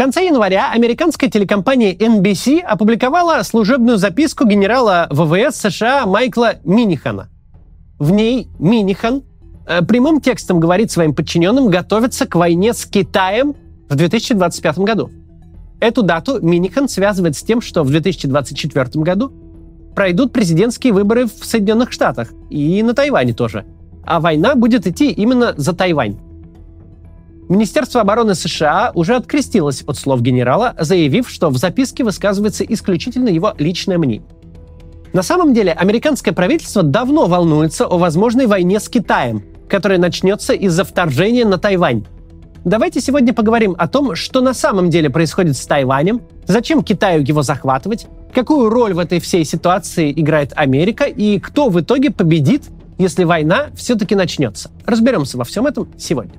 конце января американская телекомпания NBC опубликовала служебную записку генерала ВВС США Майкла Минихана. В ней Минихан прямым текстом говорит своим подчиненным готовиться к войне с Китаем в 2025 году. Эту дату Минихан связывает с тем, что в 2024 году пройдут президентские выборы в Соединенных Штатах и на Тайване тоже. А война будет идти именно за Тайвань. Министерство обороны США уже открестилось от слов генерала, заявив, что в записке высказывается исключительно его личное мнение. На самом деле, американское правительство давно волнуется о возможной войне с Китаем, которая начнется из-за вторжения на Тайвань. Давайте сегодня поговорим о том, что на самом деле происходит с Тайванем, зачем Китаю его захватывать, какую роль в этой всей ситуации играет Америка и кто в итоге победит, если война все-таки начнется. Разберемся во всем этом сегодня.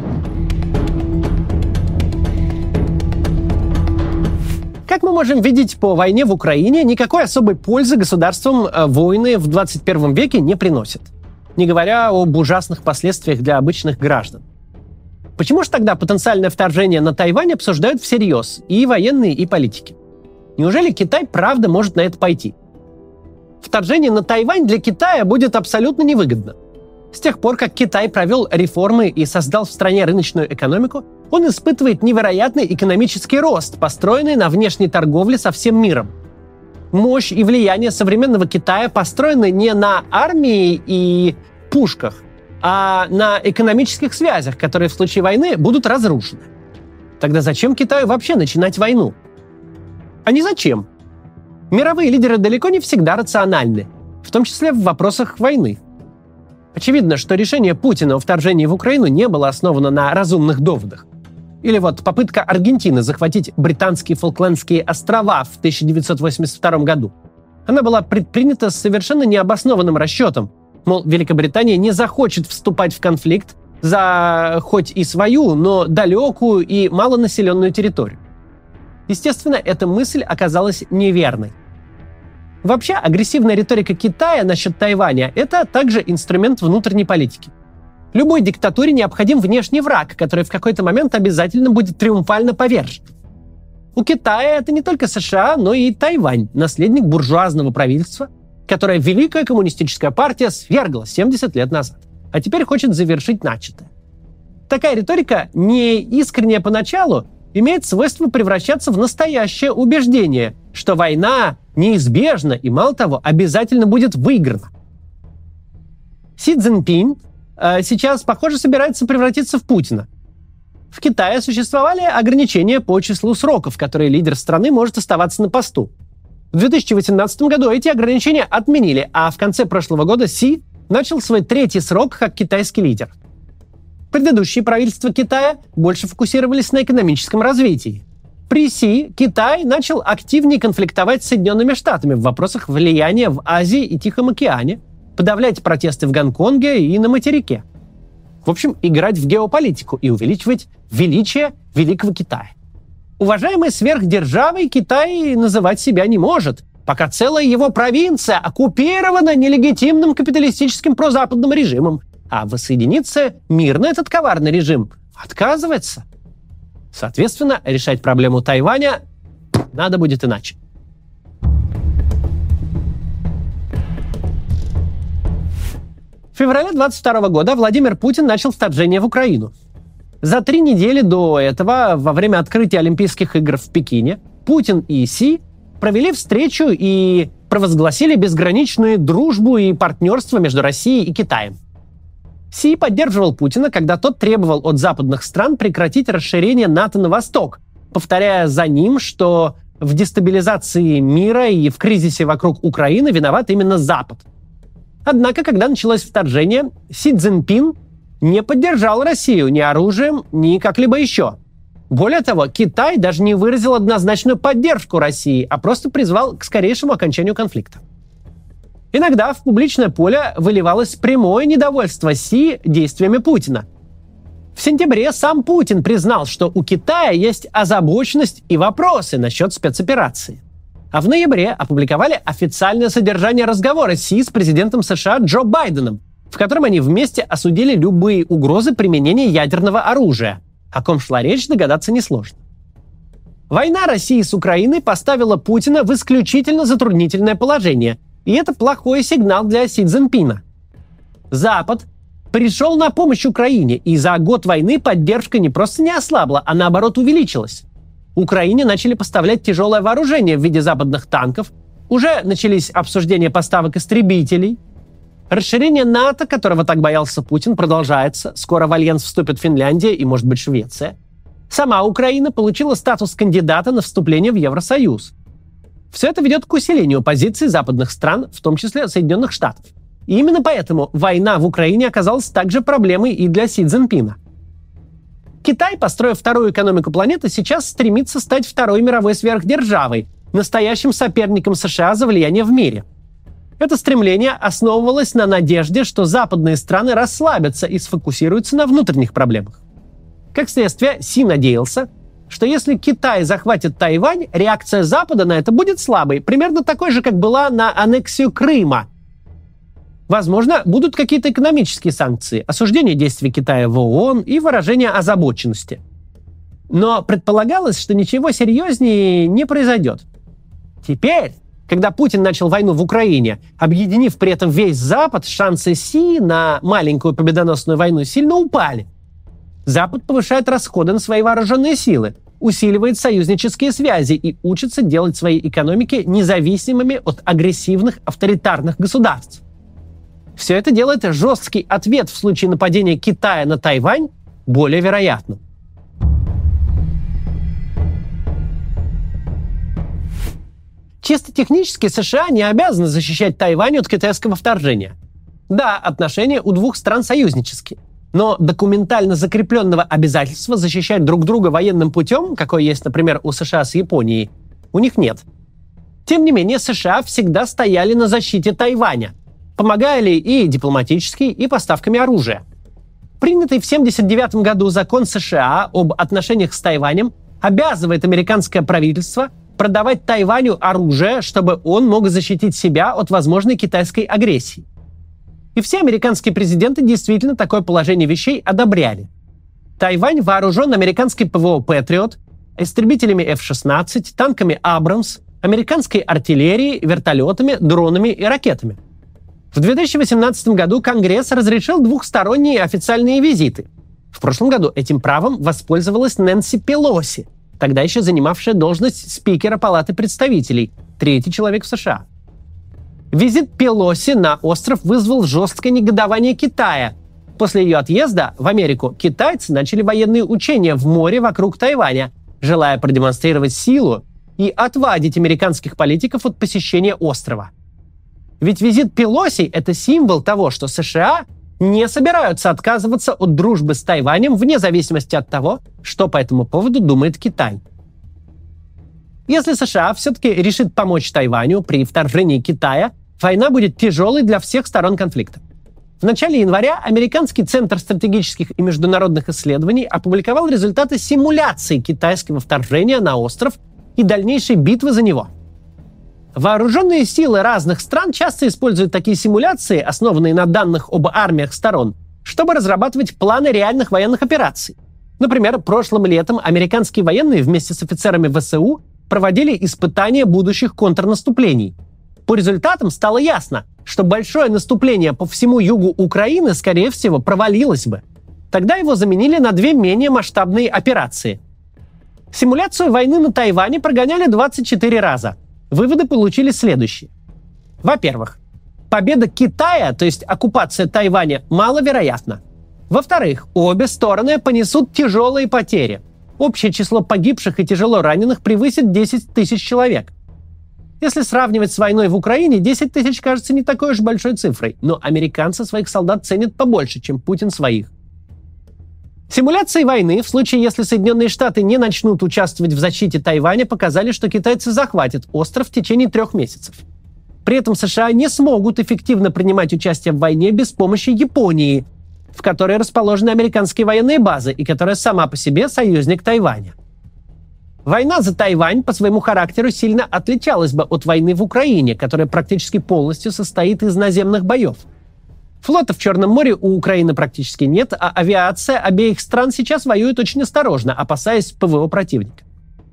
Как мы можем видеть по войне в Украине, никакой особой пользы государствам войны в 21 веке не приносят, не говоря об ужасных последствиях для обычных граждан. Почему же тогда потенциальное вторжение на Тайвань обсуждают всерьез и военные, и политики? Неужели Китай правда может на это пойти? Вторжение на Тайвань для Китая будет абсолютно невыгодно. С тех пор, как Китай провел реформы и создал в стране рыночную экономику, он испытывает невероятный экономический рост, построенный на внешней торговле со всем миром. Мощь и влияние современного Китая построены не на армии и пушках, а на экономических связях, которые в случае войны будут разрушены. Тогда зачем Китаю вообще начинать войну? А не зачем. Мировые лидеры далеко не всегда рациональны, в том числе в вопросах войны. Очевидно, что решение Путина о вторжении в Украину не было основано на разумных доводах. Или вот попытка Аргентины захватить британские Фолклендские острова в 1982 году. Она была предпринята с совершенно необоснованным расчетом. Мол, Великобритания не захочет вступать в конфликт за хоть и свою, но далекую и малонаселенную территорию. Естественно, эта мысль оказалась неверной. Вообще, агрессивная риторика Китая насчет Тайваня – это также инструмент внутренней политики. Любой диктатуре необходим внешний враг, который в какой-то момент обязательно будет триумфально повержен. У Китая это не только США, но и Тайвань, наследник буржуазного правительства, которое Великая коммунистическая партия свергла 70 лет назад, а теперь хочет завершить начатое. Такая риторика, не искренняя поначалу, имеет свойство превращаться в настоящее убеждение, что война неизбежна и, мало того, обязательно будет выиграна. Си Цзиньпин сейчас, похоже, собирается превратиться в Путина. В Китае существовали ограничения по числу сроков, которые лидер страны может оставаться на посту. В 2018 году эти ограничения отменили, а в конце прошлого года Си начал свой 3-й срок как китайский лидер. Предыдущие правительства Китая больше фокусировались на экономическом развитии. При Си Китай начал активнее конфликтовать с Соединенными Штатами в вопросах влияния в Азии и Тихом океане, подавлять протесты в Гонконге и на материке. В общем, играть в геополитику и увеличивать величие Великого Китая. Уважаемой сверхдержавой Китай называть себя не может, пока целая его провинция оккупирована нелегитимным капиталистическим прозападным режимом, а воссоединиться мирно этот коварный режим отказывается. Соответственно, решать проблему Тайваня надо будет иначе. В феврале 2022 года Владимир Путин начал вторжение в Украину. За 3 недели до этого, во время открытия Олимпийских игр в Пекине, Путин и Си провели встречу и провозгласили безграничную дружбу и партнерство между Россией и Китаем. Си поддерживал Путина, когда тот требовал от западных стран прекратить расширение НАТО на восток, повторяя за ним, что в дестабилизации мира и в кризисе вокруг Украины виноват именно Запад. Однако, когда началось вторжение, Си Цзиньпин не поддержал Россию ни оружием, ни как-либо еще. Более того, Китай даже не выразил однозначную поддержку России, а просто призвал к скорейшему окончанию конфликта. Иногда в публичное поле выливалось прямое недовольство Си действиями Путина. В сентябре сам Путин признал, что у Китая есть озабоченность и вопросы насчет спецоперации. А в ноябре опубликовали официальное содержание разговора Си с президентом США Джо Байденом, в котором они вместе осудили любые угрозы применения ядерного оружия. О ком шла речь, догадаться несложно. Война России с Украиной поставила Путина в исключительно затруднительное положение, и это плохой сигнал для Си Цзиньпина. Запад пришел на помощь Украине, и за год войны поддержка не просто не ослабла, а наоборот увеличилась. Украине начали поставлять тяжелое вооружение в виде западных танков, уже начались обсуждения поставок истребителей. Расширение НАТО, которого так боялся Путин, продолжается. Скоро в альянс вступят Финляндия и, может быть, Швеция. Сама Украина получила статус кандидата на вступление в Евросоюз. Все это ведет к усилению позиций западных стран, в том числе Соединенных Штатов. И именно поэтому война в Украине оказалась также проблемой и для Си Цзиньпина. Китай, построив вторую экономику планеты, сейчас стремится стать второй мировой сверхдержавой, настоящим соперником США за влияние в мире. Это стремление основывалось на надежде, что западные страны расслабятся и сфокусируются на внутренних проблемах. Как следствие, Си надеялся, что если Китай захватит Тайвань, реакция Запада на это будет слабой, примерно такой же, как была на аннексию Крыма. Возможно, будут какие-то экономические санкции, осуждение действий Китая в ООН и выражение озабоченности. Но предполагалось, что ничего серьезнее не произойдет. Теперь, когда Путин начал войну в Украине, объединив при этом весь Запад, шансы Си на маленькую победоносную войну сильно упали. Запад повышает расходы на свои вооруженные силы, усиливает союзнические связи и учится делать свои экономики независимыми от агрессивных авторитарных государств. Все это делает жесткий ответ в случае нападения Китая на Тайвань более вероятным. Чисто технически США не обязаны защищать Тайвань от китайского вторжения. Да, отношения у двух стран союзнические. Но документально закрепленного обязательства защищать друг друга военным путем, какое есть, например, у США с Японией, у них нет. Тем не менее, США всегда стояли на защите Тайваня, помогали и дипломатически, и поставками оружия. Принятый в 1979 году закон США об отношениях с Тайванем обязывает американское правительство продавать Тайваню оружие, чтобы он мог защитить себя от возможной китайской агрессии. И все американские президенты действительно такое положение вещей одобряли. Тайвань вооружен американской ПВО «Патриот», истребителями F-16, танками «Абрамс», американской артиллерией, вертолетами, дронами и ракетами. В 2018 году Конгресс разрешил двухсторонние официальные визиты. В прошлом году этим правом воспользовалась Нэнси Пелоси, тогда еще занимавшая должность спикера Палаты представителей, третий человек в США. Визит Пелоси на остров вызвал жесткое негодование Китая. После ее отъезда в Америку китайцы начали военные учения в море вокруг Тайваня, желая продемонстрировать силу и отвадить американских политиков от посещения острова. Ведь визит Пелоси – это символ того, что США не собираются отказываться от дружбы с Тайванем вне зависимости от того, что по этому поводу думает Китай. Если США все-таки решит помочь Тайваню при вторжении Китая, война будет тяжелой для всех сторон конфликта. В начале января Американский центр стратегических и международных исследований опубликовал результаты симуляции китайского вторжения на остров и дальнейшей битвы за него. Вооруженные силы разных стран часто используют такие симуляции, основанные на данных об армиях сторон, чтобы разрабатывать планы реальных военных операций. Например, прошлым летом американские военные вместе с офицерами ВСУ проводили испытания будущих контрнаступлений. По результатам стало ясно, что большое наступление по всему югу Украины, скорее всего, провалилось бы. Тогда его заменили на две менее масштабные операции. Симуляцию войны на Тайване прогоняли 24 раза. Выводы получили следующие. Во-первых, победа Китая, то есть оккупация Тайваня, маловероятна. Во-вторых, обе стороны понесут тяжелые потери. Общее число погибших и тяжело раненых превысит 10 тысяч человек. Если сравнивать с войной в Украине, 10 тысяч кажется не такой уж большой цифрой, но американцы своих солдат ценят побольше, чем Путин своих. Симуляции войны, в случае, если Соединенные Штаты не начнут участвовать в защите Тайваня, показали, что китайцы захватят остров в течение 3 месяцев. При этом США не смогут эффективно принимать участие в войне без помощи Японии, в которой расположены американские военные базы и которая сама по себе союзник Тайваня. Война за Тайвань по своему характеру сильно отличалась бы от войны в Украине, которая практически полностью состоит из наземных боев. Флота в Черном море у Украины практически нет, а авиация обеих стран сейчас воюет очень осторожно, опасаясь ПВО противника.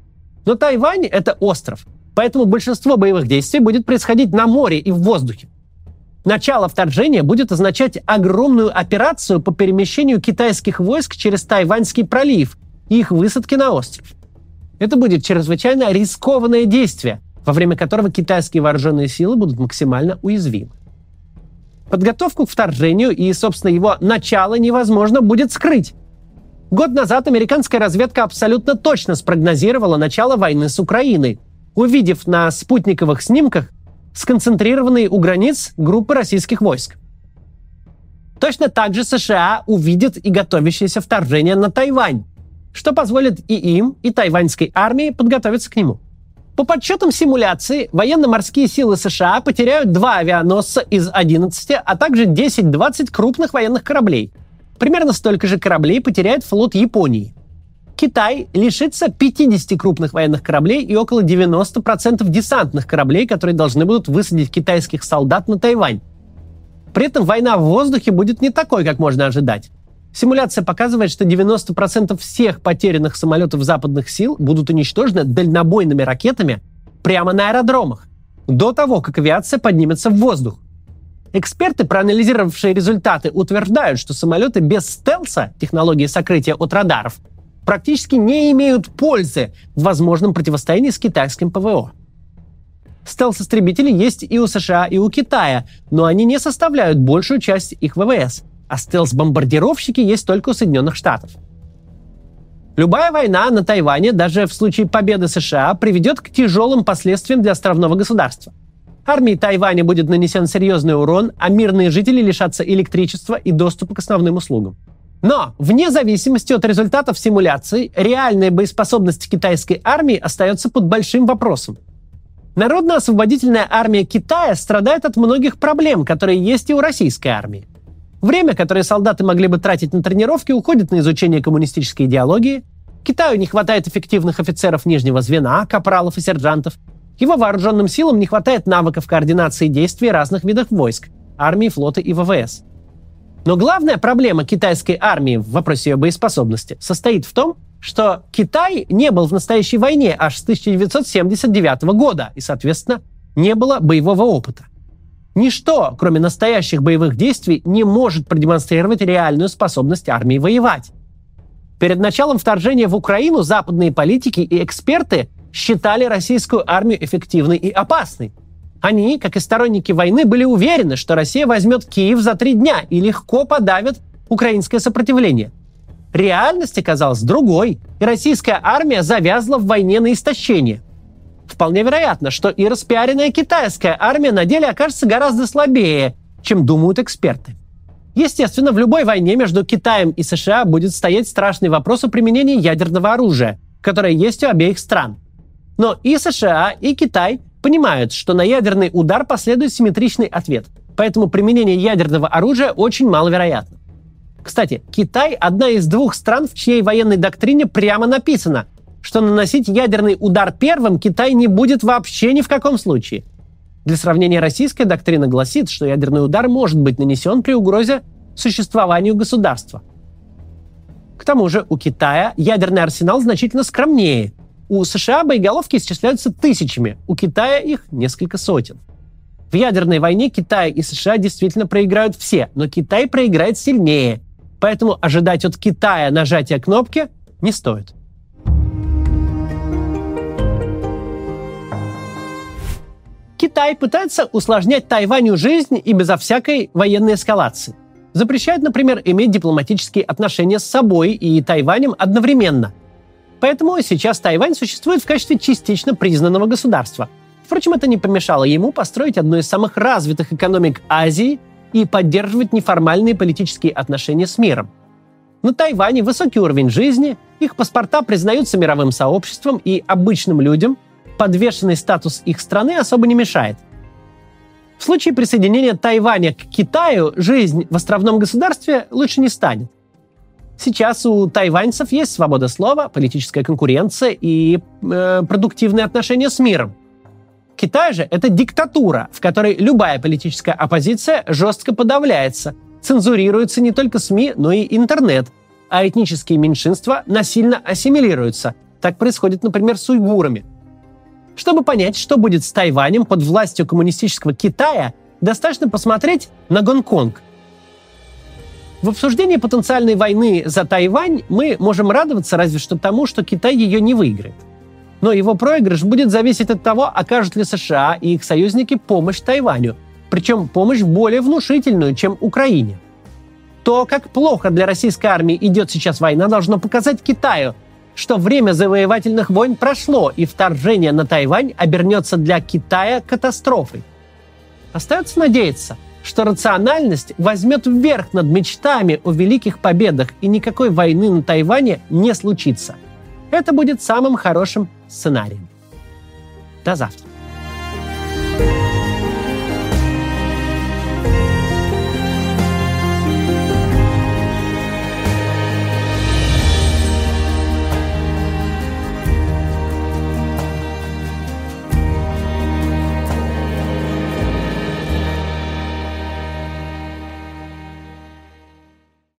Но Тайвань — это остров, поэтому большинство боевых действий будет происходить на море и в воздухе. Начало вторжения будет означать огромную операцию по перемещению китайских войск через Тайваньский пролив и их высадки на остров. Это будет чрезвычайно рискованное действие, во время которого китайские вооруженные силы будут максимально уязвимы. Подготовку к вторжению и, собственно, его начало невозможно будет скрыть. Год назад американская разведка абсолютно точно спрогнозировала начало войны с Украиной, увидев на спутниковых снимках сконцентрированные у границ группы российских войск. Точно так же США увидят и готовящееся вторжение на Тайвань, что позволит и им, и тайваньской армии подготовиться к нему. По подсчетам симуляции, военно-морские силы США потеряют 2 авианосца из 11, а также 10-20 крупных военных кораблей. Примерно столько же кораблей потеряет флот Японии. Китай лишится 50 крупных военных кораблей и около 90% десантных кораблей, которые должны будут высадить китайских солдат на Тайвань. При этом война в воздухе будет не такой, как можно ожидать. Симуляция показывает, что 90% всех потерянных самолетов западных сил будут уничтожены дальнобойными ракетами прямо на аэродромах, до того, как авиация поднимется в воздух. Эксперты, проанализировавшие результаты, утверждают, что самолеты без стелса, технологии сокрытия от радаров, практически не имеют пользы в возможном противостоянии с китайским ПВО. Стелс-истребители есть и у США, и у Китая, но они не составляют большую часть их ВВС, а стелс-бомбардировщики есть только у Соединенных Штатов. Любая война на Тайване, даже в случае победы США, приведет к тяжелым последствиям для островного государства. Армии Тайваня будет нанесен серьезный урон, а мирные жители лишатся электричества и доступа к основным услугам. Но, вне зависимости от результатов симуляций, реальная боеспособность китайской армии остается под большим вопросом. Народно-освободительная армия Китая страдает от многих проблем, которые есть и у российской армии. Время, которое солдаты могли бы тратить на тренировки, уходит на изучение коммунистической идеологии. Китаю не хватает эффективных офицеров нижнего звена, капралов и сержантов. Его вооруженным силам не хватает навыков координации действий разных видов войск – армии, флота и ВВС. Но главная проблема китайской армии в вопросе ее боеспособности состоит в том, что Китай не был в настоящей войне аж с 1979 года и, соответственно, не было боевого опыта. Ничто, кроме настоящих боевых действий, не может продемонстрировать реальную способность армии воевать. Перед началом вторжения в Украину западные политики и эксперты считали российскую армию эффективной и опасной. Они, как и сторонники войны, были уверены, что Россия возьмет Киев за 3 дня и легко подавит украинское сопротивление. Реальность оказалась другой, и российская армия завязла в войне на истощение. Вполне вероятно, что и распиаренная китайская армия на деле окажется гораздо слабее, чем думают эксперты. Естественно, в любой войне между Китаем и США будет стоять страшный вопрос о применении ядерного оружия, которое есть у обеих стран. Но и США, и Китай понимают, что на ядерный удар последует симметричный ответ, поэтому применение ядерного оружия очень маловероятно. Кстати, Китай – одна из 2 стран, в чьей военной доктрине прямо написано, что наносить ядерный удар первым Китай не будет вообще ни в каком случае. Для сравнения, российская доктрина гласит, что ядерный удар может быть нанесен при угрозе существованию государства. К тому же у Китая ядерный арсенал значительно скромнее. У США боеголовки исчисляются тысячами, у Китая их несколько сотен. В ядерной войне Китай и США действительно проиграют все, но Китай проиграет сильнее, поэтому ожидать от Китая нажатия кнопки не стоит. Китай пытается усложнять Тайваню жизнь и безо всякой военной эскалации. Запрещает, например, иметь дипломатические отношения с собой и Тайванем одновременно. Поэтому сейчас Тайвань существует в качестве частично признанного государства. Впрочем, это не помешало ему построить одну из самых развитых экономик Азии и поддерживать неформальные политические отношения с миром. На Тайване высокий уровень жизни, их паспорта признаются мировым сообществом, и обычным людям подвешенный статус их страны особо не мешает. В случае присоединения Тайваня к Китаю жизнь в островном государстве лучше не станет. Сейчас у тайваньцев есть свобода слова, политическая конкуренция и продуктивные отношения с миром. Китай же – это диктатура, в которой любая политическая оппозиция жестко подавляется, цензурируются не только СМИ, но и интернет, а этнические меньшинства насильно ассимилируются, Так происходит, например, с уйгурами. Чтобы понять, что будет с Тайванем под властью коммунистического Китая, достаточно посмотреть на Гонконг. В обсуждении потенциальной войны за Тайвань мы можем радоваться разве что тому, что Китай ее не выиграет. Но его проигрыш будет зависеть от того, окажут ли США и их союзники помощь Тайваню, причем помощь более внушительную, чем Украине. То, как плохо для российской армии идет сейчас война, должно показать Китаю, что время завоевательных войн прошло, и вторжение на Тайвань обернется для Китая катастрофой. Остается надеяться, что рациональность возьмет вверх над мечтами о великих победах, и никакой войны на Тайване не случится. Это будет самым хорошим сценарием. До завтра.